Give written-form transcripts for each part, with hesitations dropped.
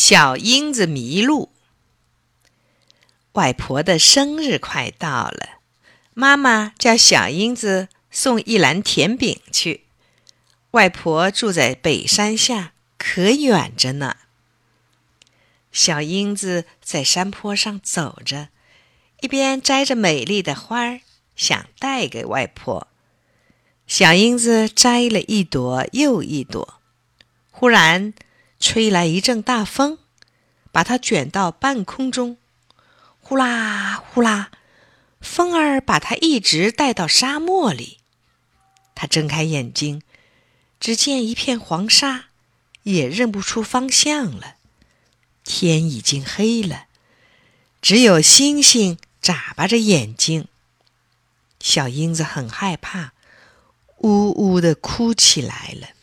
小英子迷路。外婆的生日快到了，妈妈叫小英子送一篮甜饼去。外婆住在北山下，可远着呢。小英子在山坡上走着，一边摘着美丽的花儿，想带给外婆。小英子摘了一朵又一朵，忽然吹来一阵大风，把它卷到半空中。呼啦呼啦，风儿把它一直带到沙漠里。他睁开眼睛，只见一片黄沙，也认不出方向了。天已经黑了，只有星星眨巴着眼睛。小英子很害怕，呜呜地哭起来了。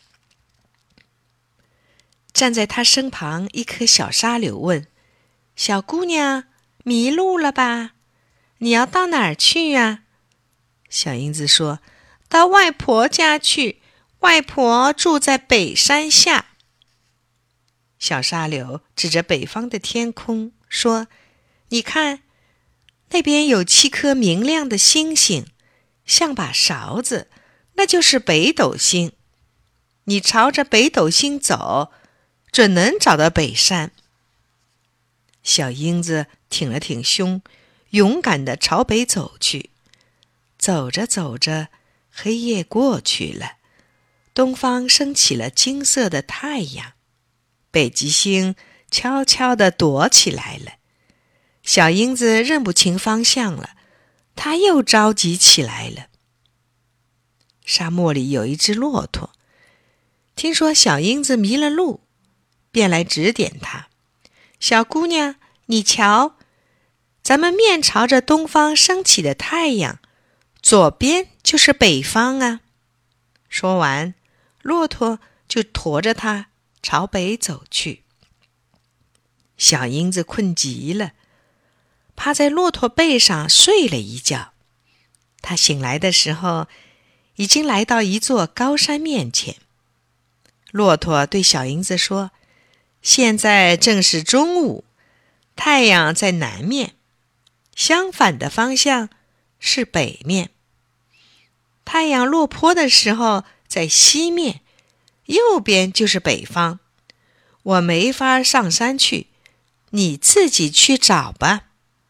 站在她身旁一棵小沙柳问：小姑娘，迷路了吧？你要到哪儿去呀？小英子说：到外婆家去，外婆住在北山下。小沙柳指着北方的天空说：你看，那边有7颗明亮的星星，像把勺子，那就是北斗星。你朝着北斗星走，准能找到北山。小英子挺了挺胸，勇敢地朝北走去。走着走着，黑夜过去了，东方升起了金色的太阳，北极星悄悄地躲起来了。小英子认不清方向了，她又着急起来了。沙漠里有一只骆驼，听说小英子迷了路，便来指点她。小姑娘，你瞧，咱们面朝着东方升起的太阳，左边就是北方啊。说完，骆驼就驮着它朝北走去。小英子困极了，趴在骆驼背上睡了一觉。她醒来的时候，已经来到一座高山面前。骆驼对小英子说：现在正是中午，太阳在南面，相反的方向是北面。太阳落坡的时候在西面，右边就是北方。我没法上山去，你自己去找吧。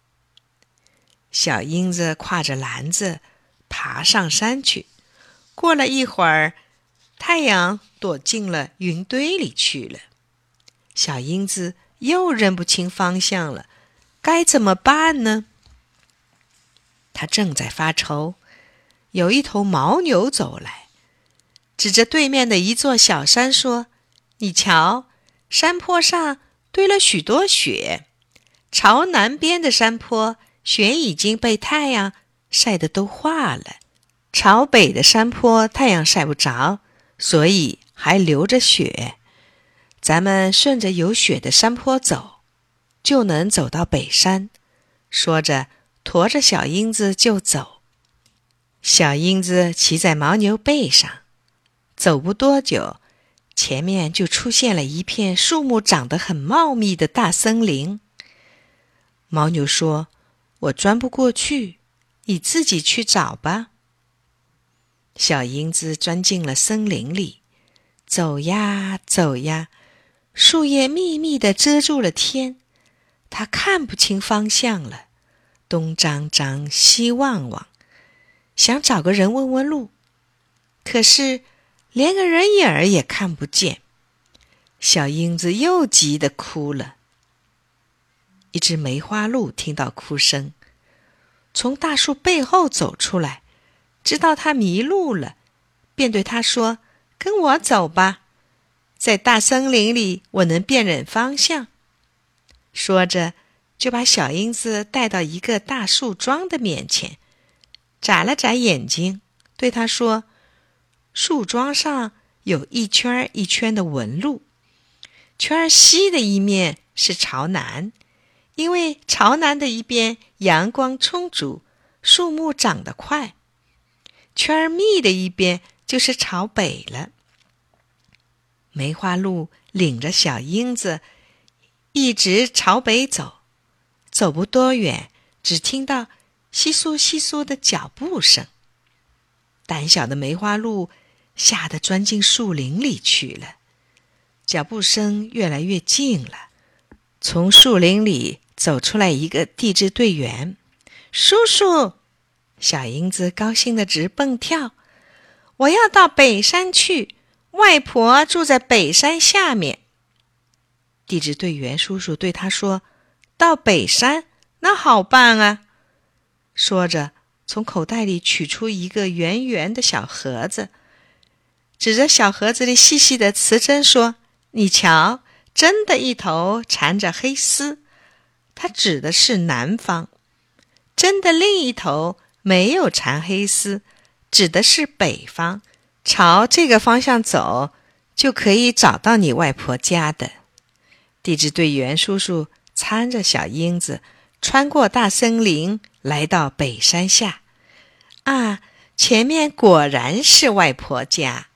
小英子挎着篮子爬上山去。过了一会儿，太阳躲进了云堆里去了。小英子又认不清方向了，该怎么办呢？她正在发愁，有一头牦牛走来，指着对面的一座小山说：你瞧，山坡上堆了许多雪，朝南边的山坡，雪已经被太阳晒得都化了，朝北的山坡太阳晒不着，所以还留着雪。咱们顺着有雪的山坡走，就能走到北山。说着，驮着小英子就走。小英子骑在牦牛背上，走不多久，前面就出现了一片树木长得很茂密的大森林。牦牛说：我钻不过去，你自己去找吧。小英子钻进了森林里，走呀走呀，树叶密密地遮住了天，她看不清方向了，东张张西望望，想找个人问问路，可是连个人影儿也看不见。小英子又急得哭了。一只梅花鹿听到哭声，从大树背后走出来，知道她迷路了，便对她说：跟我走吧，在大森林里我能辨认方向。说着，就把小英子带到一个大树桩的面前，眨了眨眼睛，对她说：树桩上有一圈一圈的纹路，圈西的一面是朝南，因为朝南的一边阳光充足，树木长得快；圈密的一边就是朝北了。梅花鹿领着小英子一直朝北走，走不多远，只听到窸窣窸窣的脚步声。胆小的梅花鹿吓得钻进树林里去了。脚步声越来越近了，从树林里走出来一个地质队员。叔叔，小英子高兴得直蹦跳，我要到北山去，外婆住在北山下面。地质队员叔叔对他说，到北山，那好办啊。说着，从口袋里取出一个圆圆的小盒子，指着小盒子里细细的磁针说，你瞧，针的一头缠着黑丝，它指的是南方；针的另一头没有缠黑丝，指的是北方。朝这个方向走，就可以找到你外婆家的。地质队员叔叔搀着小英子，穿过大森林，来到北山下。啊，前面果然是外婆家。